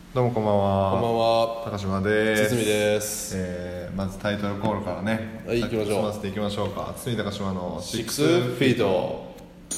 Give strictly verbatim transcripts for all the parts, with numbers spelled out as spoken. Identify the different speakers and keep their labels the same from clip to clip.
Speaker 1: どうもこんばんは。
Speaker 2: こんばんは。
Speaker 1: 高島です。
Speaker 2: 堤です。
Speaker 1: えー、まずタイトルコールからね、
Speaker 2: はい、行きましょう。
Speaker 1: 済ませていきましょうか。堤高島の
Speaker 2: シックスフィート。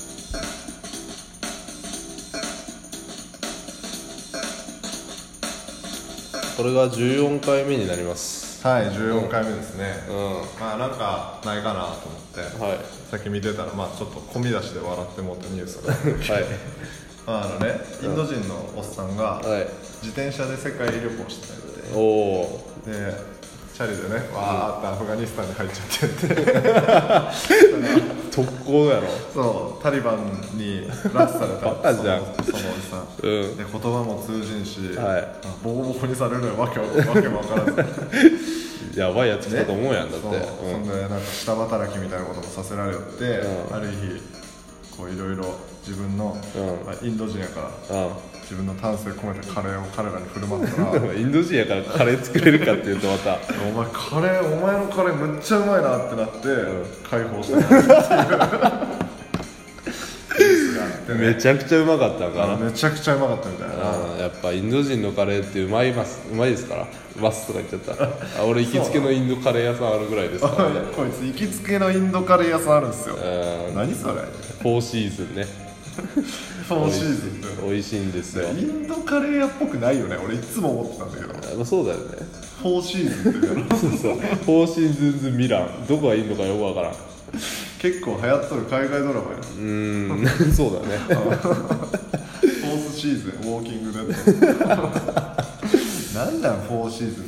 Speaker 2: これがじゅうよんかいめになります。
Speaker 1: はい、じゅうよんかいめですね。
Speaker 2: うん。
Speaker 1: まあなんかないかなと思って、
Speaker 2: はい。
Speaker 1: さっき見てたら、まあちょっと込み出しで笑ってもうたニュースが。
Speaker 2: はい。
Speaker 1: まああのね、インド人のおっさんが、
Speaker 2: はい。
Speaker 1: 自転車で世界旅行してたよって。
Speaker 2: おお。
Speaker 1: で、チャリでね、わーってアフガニスタンに入っちゃってって
Speaker 2: 特攻やろ。
Speaker 1: そうタリバンに拉致された
Speaker 2: バカじゃん
Speaker 1: そのそのおじさん、
Speaker 2: うん、
Speaker 1: で言葉も通じんし、
Speaker 2: はい、
Speaker 1: ボコボコにされるのよわけわけも分からず
Speaker 2: やばいやつ来たと思うやんだって、
Speaker 1: そう、うん、そんでなんか下働きみたいなこともさせられよって、うん、ある日こういろいろ自分の、うん、インド人やから、うん、自分の丹精込めてカレーを彼らに振る舞ったら
Speaker 2: インド人やからカレー作れるかっていうとまた
Speaker 1: お前カレーお前のカレーむっちゃうまいなってなって、うん、解放してもらったっていう
Speaker 2: めちゃくちゃうまかったんかな。
Speaker 1: めちゃくちゃうまかったみたいな。
Speaker 2: やっぱインド人のカレーってうまいますうまいですからますとか言っちゃったあ俺行きつけのインドカレー屋さんあるぐらいですから、ね、
Speaker 1: こいつ行きつけのインドカレー屋さんあるんですよ。何それ。
Speaker 2: フォーシーズンね
Speaker 1: フォーシーズンって
Speaker 2: 美味しいんですよ。
Speaker 1: インドカレー屋っぽくないよね。俺いつも思ってたんだけど。
Speaker 2: まあ、そうだよね。
Speaker 1: フォーシーズンっていうの
Speaker 2: そうそうフォーシーズンズミランどこがいいのかよくわからん。
Speaker 1: 結構流行っとる海外ドラマや。
Speaker 2: うーんそうだね
Speaker 1: フォースシーズンウォーキングデッドなんだよフォーシーズンって。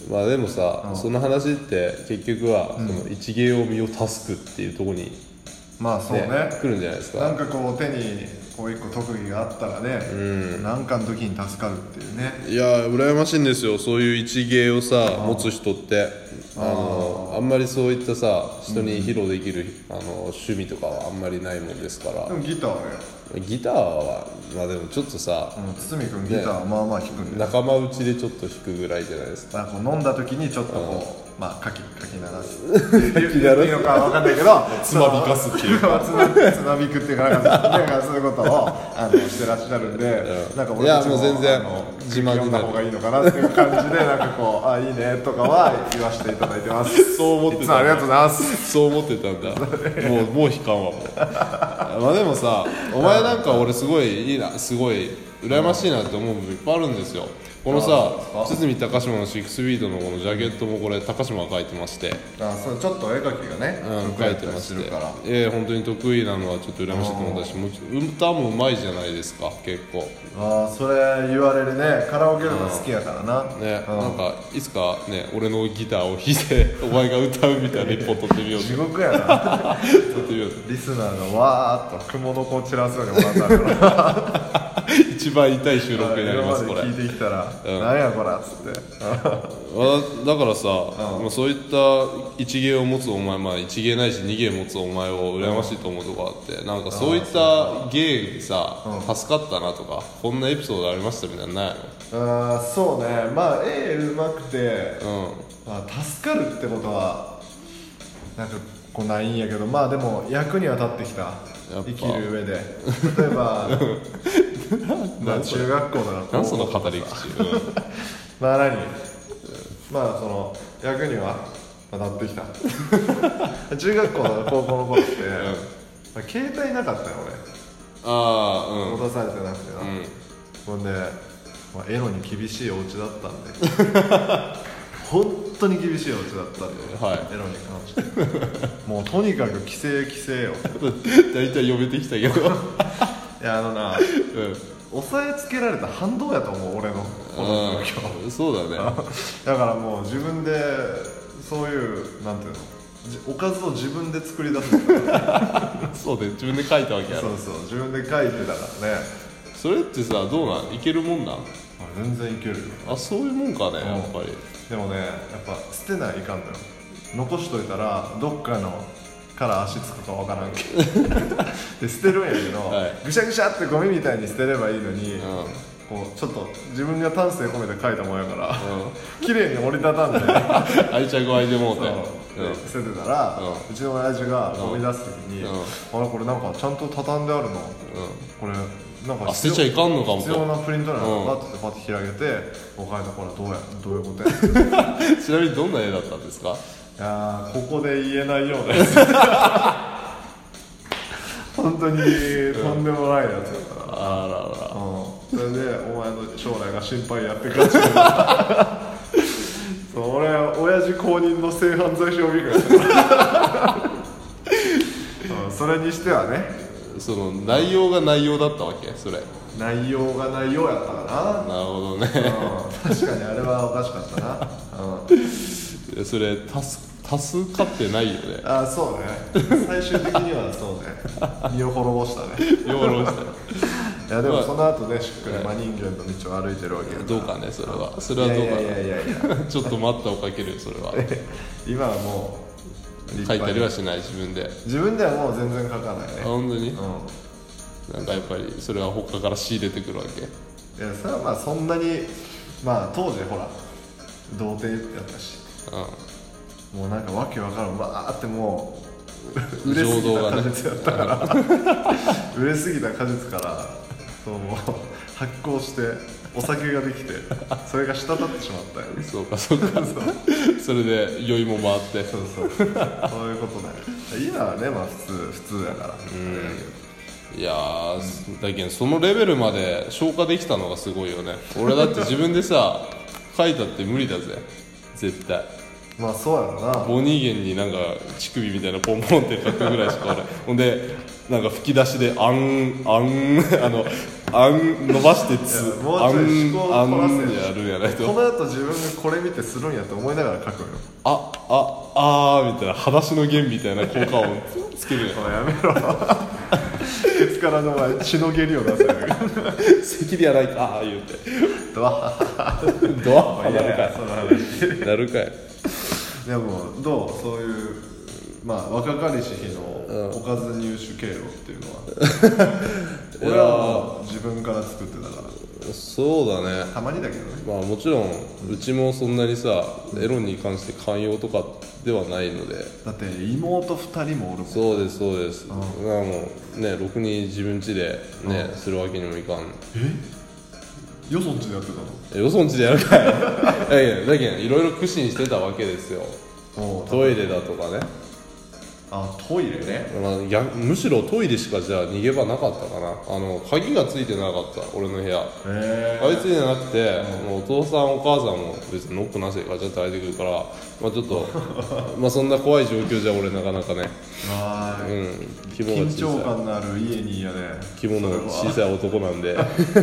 Speaker 2: まあでもさ、うん、その話って結局は、うん、その一芸を身を助くっていうところに
Speaker 1: まあそうね、
Speaker 2: ね来るんじゃないですか。
Speaker 1: なんかこう手にこう一個特技があったらね、うん、なんかの時に助かるっていうね。
Speaker 2: いや羨ましいんですよそういう一芸をさ持つ人って。あのあんまりそういったさ人に披露できる、うん、あの趣味とかはあんまりないもんですから。
Speaker 1: でもギターはよ
Speaker 2: ギターはまあでもちょっとさ、
Speaker 1: うん、堤君ギターはまあまあ弾くんで、
Speaker 2: 仲間内でちょっと弾くぐらいじゃないですか。
Speaker 1: なんか飲んだ時にちょっとこう、うん、まあかきかき鳴らす言っていいのか分かんないけど
Speaker 2: つまびかすっていうか
Speaker 1: つまびくっていうかなんかそういうことをあのしてらっしゃるんで、うん、なんか俺たちも
Speaker 2: いやもう全然
Speaker 1: 自慢になった方がいいのかなっていう感じでなんかこうあいいねとかは言わせていただいてます
Speaker 2: そう思ってた。
Speaker 1: ありがとうございます
Speaker 2: そう思ってたんだもうもう引かんわもうまあでもさお前なんか俺すごいいいなすごい羨ましいなって思う部分いっぱいあるんですよ。このさ堤高島のシックスビートのこのジャケットもこれ高島が描いてまして、
Speaker 1: あそうちょっと絵描きがね、
Speaker 2: うん、描いてましてええー、本当に得意なのはちょっと羨ましいと思ったしも歌もうまいじゃないですか結構。
Speaker 1: ああそれ言われるね。カラオケとか好きやからな、
Speaker 2: うん、ね、うん、なんかいつかね俺のギターを弾いてお前が歌うみたいな一本撮ってみよう
Speaker 1: 地獄やな
Speaker 2: 撮ってみよう
Speaker 1: リスナーがわーっと雲の子を散らすようにもらったから
Speaker 2: 一番痛い収録になりますこれ。
Speaker 1: 聞いてきたら、うん、なんやこらっつって
Speaker 2: だからさ、うん、まあ、そういった一芸を持つお前、まあ一芸ないし二芸持つお前を羨ましいと思うとこあって、なんかそういった芸さ、うん、助かったなとかこんなエピソードありましたみたいなのないの？
Speaker 1: あそうね、まあ絵うまくて、うんまあ、助かるってことはなんかこうないんやけど、まあでも役には立ってきた。生きる上で例えばまあ中学校とか
Speaker 2: 何その語り口
Speaker 1: まあ何まあその役には立ってきた中学校とか高校の頃って、うんまあ、携帯なかったよ俺。
Speaker 2: ああうん
Speaker 1: 持たされてなくてな、うん、ほんで、まあ、エロに厳しいお家だったんで本当に厳しいお家だったんで、はい、エロに関してもうとにかく規制規制よ
Speaker 2: 大体読めてきたけどい
Speaker 1: やあのな、うん、押さえつけられた反動やと思う俺のこの状況。
Speaker 2: そうだね
Speaker 1: だからもう自分でそういうなんていうのおかずを自分で作り出す
Speaker 2: そうで自分で書いたわけやろ。
Speaker 1: そうそう自分で書いてたからね。
Speaker 2: それってさどうなんいけるもんなん？
Speaker 1: 全然いけるよ。
Speaker 2: あそういうもんかね、うん、やっぱり。
Speaker 1: でもねやっぱ捨てないかんのよ。残しといたらどっかのから足つくかわからんけどで捨てるんやけど、はい、ぐしゃぐしゃってゴミみたいに捨てればいいのに、うん、こうちょっと自分が丹精込めて書いたもんやから、うん、綺麗に折りたたんで
Speaker 2: 愛着湧いてもうて
Speaker 1: うん、捨ててたら、うん、うちの親父がゴミ出す時に、うん、あれこれなんかちゃんと畳んであるの、うん、これなんか
Speaker 2: あ捨てちゃいかんのかも
Speaker 1: 必要なプリント欄をバッてパッて開けて「おかえりこれどうやどういうことや」
Speaker 2: ちなみにどんな絵だったんですか？
Speaker 1: いやここで言えないようなやつ本当にとんでもないやつだから、
Speaker 2: あらら、
Speaker 1: うん、それでお前の将来が心配やって感じだそう俺親父公認の性犯罪証明会だうん、それにしてはね
Speaker 2: その内容が内容だったわけそれ
Speaker 1: 内容が内容やったかな。
Speaker 2: なるほどね、
Speaker 1: うん、確かにあれはおかしかったな、うん、
Speaker 2: それ助助かってないよね。
Speaker 1: あそうね最終的にはそうね身を滅ぼしたね
Speaker 2: よろした
Speaker 1: いやでもその後ねしっかり真人間の道を歩いてるわけやから
Speaker 2: どうかねそれはそれはどうかな。
Speaker 1: いやいやいやいや
Speaker 2: ちょっと待ったをかけるよそれは
Speaker 1: 今はもう
Speaker 2: 書いたりはしない自分で。
Speaker 1: 自分ではもう全然書かないね。
Speaker 2: あ本当に、
Speaker 1: うん、
Speaker 2: なんかやっぱりそれは他から仕入れてくるわけ。
Speaker 1: いやそれはまあそんなにまあ当時ほら童貞やったし、
Speaker 2: う
Speaker 1: もうなんかわけわからんわーってもう売れす
Speaker 2: 情
Speaker 1: ぎた果
Speaker 2: 動がね
Speaker 1: 実やったから売れすぎた果実からそうもう発酵してお酒ができてそれが滴ってしまったよ
Speaker 2: んそうかそうかそれで酔いも回って
Speaker 1: そうそうそういうことだよ今はねまあ普通普通やから
Speaker 2: うんいやー、だけどそのレベルまで消化できたのがすごいよね。俺だって自分でさ書いたって無理だぜ絶対。
Speaker 1: まあそうやろな。
Speaker 2: ボニーゲンになんか乳首みたいなポンポンって書くぐらいしか俺ほんでなんか吹き出しであんあんあのあん伸ばしてつ
Speaker 1: いやもうちょい思考を
Speaker 2: あん
Speaker 1: 凝らせよ
Speaker 2: あんやるんやないと
Speaker 1: この後自分がこれ見てするんやと思いながら書くのよ。
Speaker 2: あああーみたいな裸足の弦みたいな効果音つけるよ
Speaker 1: おいやめろケツからのお前血の下痢を出せる
Speaker 2: 咳でやないかああ言うて
Speaker 1: ドワッ
Speaker 2: ドアなるか
Speaker 1: いやいやその話
Speaker 2: いなるかい。
Speaker 1: でもどうそういうまあ若かりし日のおかず入手経路っていうのは俺はもう自分から作ってたから
Speaker 2: そうだね。
Speaker 1: たまにだけどね。
Speaker 2: まあもちろんうちもそんなにさエロに関して寛容とかではないので。
Speaker 1: だって妹ふたりもおるもん。
Speaker 2: そうですそうです。
Speaker 1: ん
Speaker 2: まあもうねろくに自分家でねするわけにもいかん。
Speaker 1: えよそんちでやってたの？
Speaker 2: えよそんちでやるかい。だけどだけどいろいろ苦心してたわけですよ。トイレだとかね。
Speaker 1: あトイレね、
Speaker 2: まあ、やむしろトイレしかじゃあ逃げ場なかったかな。あの鍵がついてなかった俺の部屋。
Speaker 1: へ
Speaker 2: 鍵ついてなくて、うん、もうお父さんお母さんも別にノックなしでガチャッと開いてくるから、まあ、ちょっとまあそんな怖い状況じゃ俺なかなかね
Speaker 1: あー、
Speaker 2: うん、規模が
Speaker 1: 緊張
Speaker 2: 小さい
Speaker 1: 感のある家に嫌で
Speaker 2: 規模の小さい男なんで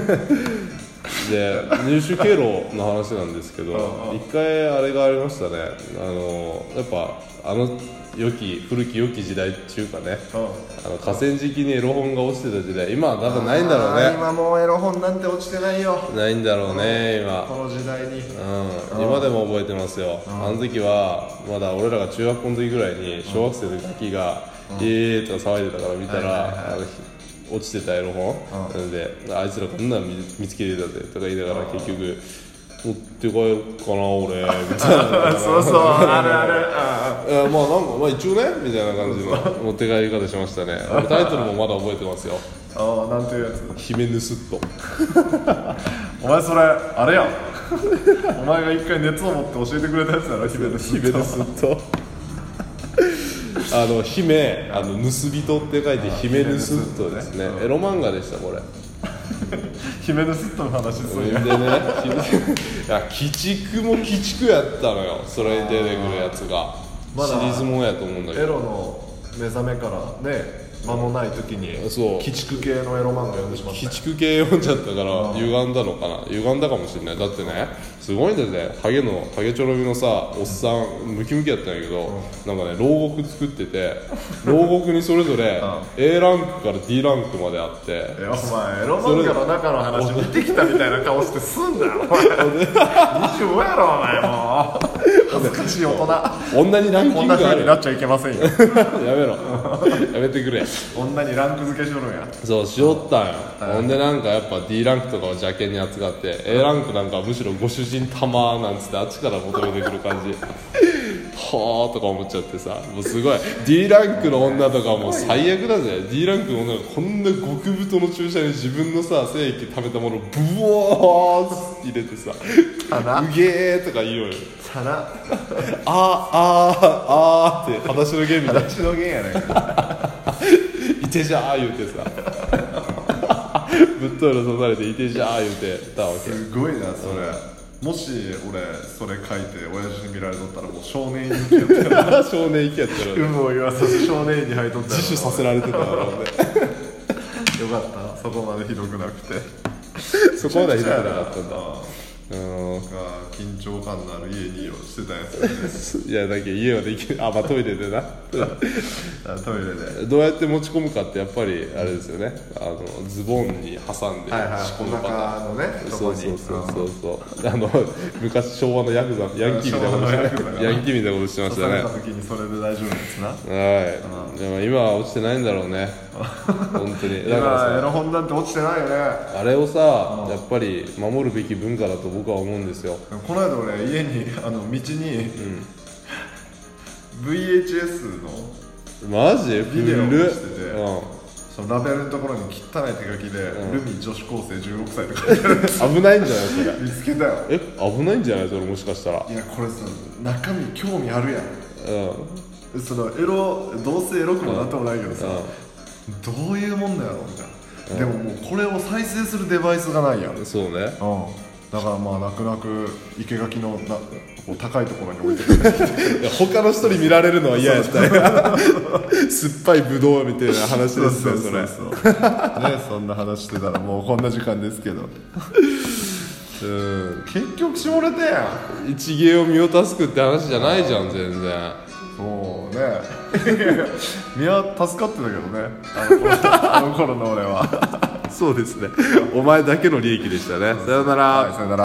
Speaker 2: で入手経路の話なんですけど一回あれがありましたね。あのやっぱあの良き古き良き時代っていうかね、
Speaker 1: うん、
Speaker 2: あの河川敷にエロ本が落ちてた時代、今は多分ないんだろうね。
Speaker 1: 今もうエロ本なんて落ちてないよ。
Speaker 2: ないんだろうね今
Speaker 1: この時代に、
Speaker 2: うん、今でも覚えてますよ。あの時はまだ俺らが中学校の時ぐらいに小学生のガキが「えー」とか騒いでたから見たら落ちてたエロ本なんであいつらこんなん見つけてたぜとか言いながら結局持って帰ろうかな俺みたいな
Speaker 1: そうそうあるある
Speaker 2: ああまあなんかまあ一応ねみたいな感じの持って帰り方しましたね。タイトルもまだ覚えてますよ。
Speaker 1: ああなんていうやつ
Speaker 2: 姫ヌスッと
Speaker 1: お前それあれやんお前が一回熱を持って教えてくれたやつだろ姫ヌス
Speaker 2: 姫ヌスッとあの姫あの盗人って書いて姫ヌスッとですね。エロ漫画でしたこれ
Speaker 1: 姫ヌスッとの話する
Speaker 2: でね、いや鬼畜も鬼畜やったのよ。それに出てくるやつが、ま、シリーズもんやと思うんだけど
Speaker 1: エロの目覚めからね間もない時に
Speaker 2: そう
Speaker 1: 鬼畜系のエロ漫画読んでしまった
Speaker 2: 鬼畜系読んじゃったから歪んだのかな。歪んだかもしれない。だってねすごいんだよね。ハゲのハゲチョロミのさおっさんムキムキやったんやけど、なんかね牢獄作ってて牢獄にそれぞれ A ランクから D ランクまであって、
Speaker 1: えお前エロ漫画の中の話見てきたみたいな顔してすんなよお前にじゅうごやろお前もう恥ずかしい大人
Speaker 2: 女にランキ
Speaker 1: こんな
Speaker 2: ングがある
Speaker 1: 風になっちゃいけませんよ
Speaker 2: やめろやめてくれ。
Speaker 1: 女にランク付けしとるんや
Speaker 2: そうしよったんよ。ほんでなんかやっぱ D ランクとかを邪険に扱って A ランクなんかむしろご主人玉なんつってあっちから求めてくる感じはあとか思っちゃってさ、もうすごい D ランクの女とかもう最悪だぜ。 D ランクの女がこんな極太の注射に自分のさ精液食べたものをブワー入れてさ、うげーとか言うよ。
Speaker 1: たな
Speaker 2: あーあーあーって裸足のゲームみたいな。
Speaker 1: 私の弦やないか
Speaker 2: いてじゃー言うてさぶっといの刺されていてじゃー言うてたわけ。
Speaker 1: すごいなそれ、うん、もし俺それ書いて親父に見られとったらもう少年院に行きやったら
Speaker 2: 少年行きやったら
Speaker 1: 有無を言わさず少年院に入っとったら
Speaker 2: 自首させられてたからね
Speaker 1: よかったそこまでひどくなくて
Speaker 2: そこまでひどくなかったんだ。
Speaker 1: うん、緊張感のある家にしてたんですよね
Speaker 2: いやだけど家はできる。あ、まあトイレでな
Speaker 1: トイレで
Speaker 2: どうやって持ち込むかってやっぱりあれですよね、あのズボンに挟んで仕込むパターン、
Speaker 1: お腹のね
Speaker 2: そうそうそうそうそうあの昔昭和のヤクザヤンキーみたいなことしてヤンキーみたいなことしてましたね。
Speaker 1: 刺された時にそれで大丈夫ですな。
Speaker 2: はい、でも今は落ちてないんだろうね本当に。だから
Speaker 1: 今エロ
Speaker 2: さ
Speaker 1: 本なんて落ちてないよね。
Speaker 2: あれをさやっぱり守るべき文化だと僕は思うんですよ。
Speaker 1: この間俺家にあの道に、うん、ブイエイチエス の
Speaker 2: マジ
Speaker 1: ビデオを
Speaker 2: 古っ
Speaker 1: してて、
Speaker 2: うん
Speaker 1: そのラベルのところに汚い手書きで「ルミ女子高生じゅうろくさい」って書いてある
Speaker 2: 危ないんじゃないそれ
Speaker 1: 見つけたよ。
Speaker 2: え危ないんじゃないそれもしかしたら。
Speaker 1: いやこれさ中身興味あるやん。
Speaker 2: うん
Speaker 1: そのエロどうせエロくもなんともないけどさ、
Speaker 2: うん
Speaker 1: どういうもんだろうみたいな、でももうこれを再生するデバイスがないやん。
Speaker 2: そうね、
Speaker 1: うん、だからまあ泣く泣く生垣のなこう高いところに置いてくる
Speaker 2: いや他の人に見られるのは嫌やったよ酸っぱいブドウみたいな話ですよそれ。
Speaker 1: ねそんな話してたらもうこんな時間ですけど
Speaker 2: うん
Speaker 1: 結局下ネタやん。
Speaker 2: 一芸を身を助くって話じゃないじゃん全然。
Speaker 1: そうね身は助かってたけどねあの頃あの頃の俺は
Speaker 2: そうですねお前だけの利益でしたね。さよなら、
Speaker 1: はい、さよなら。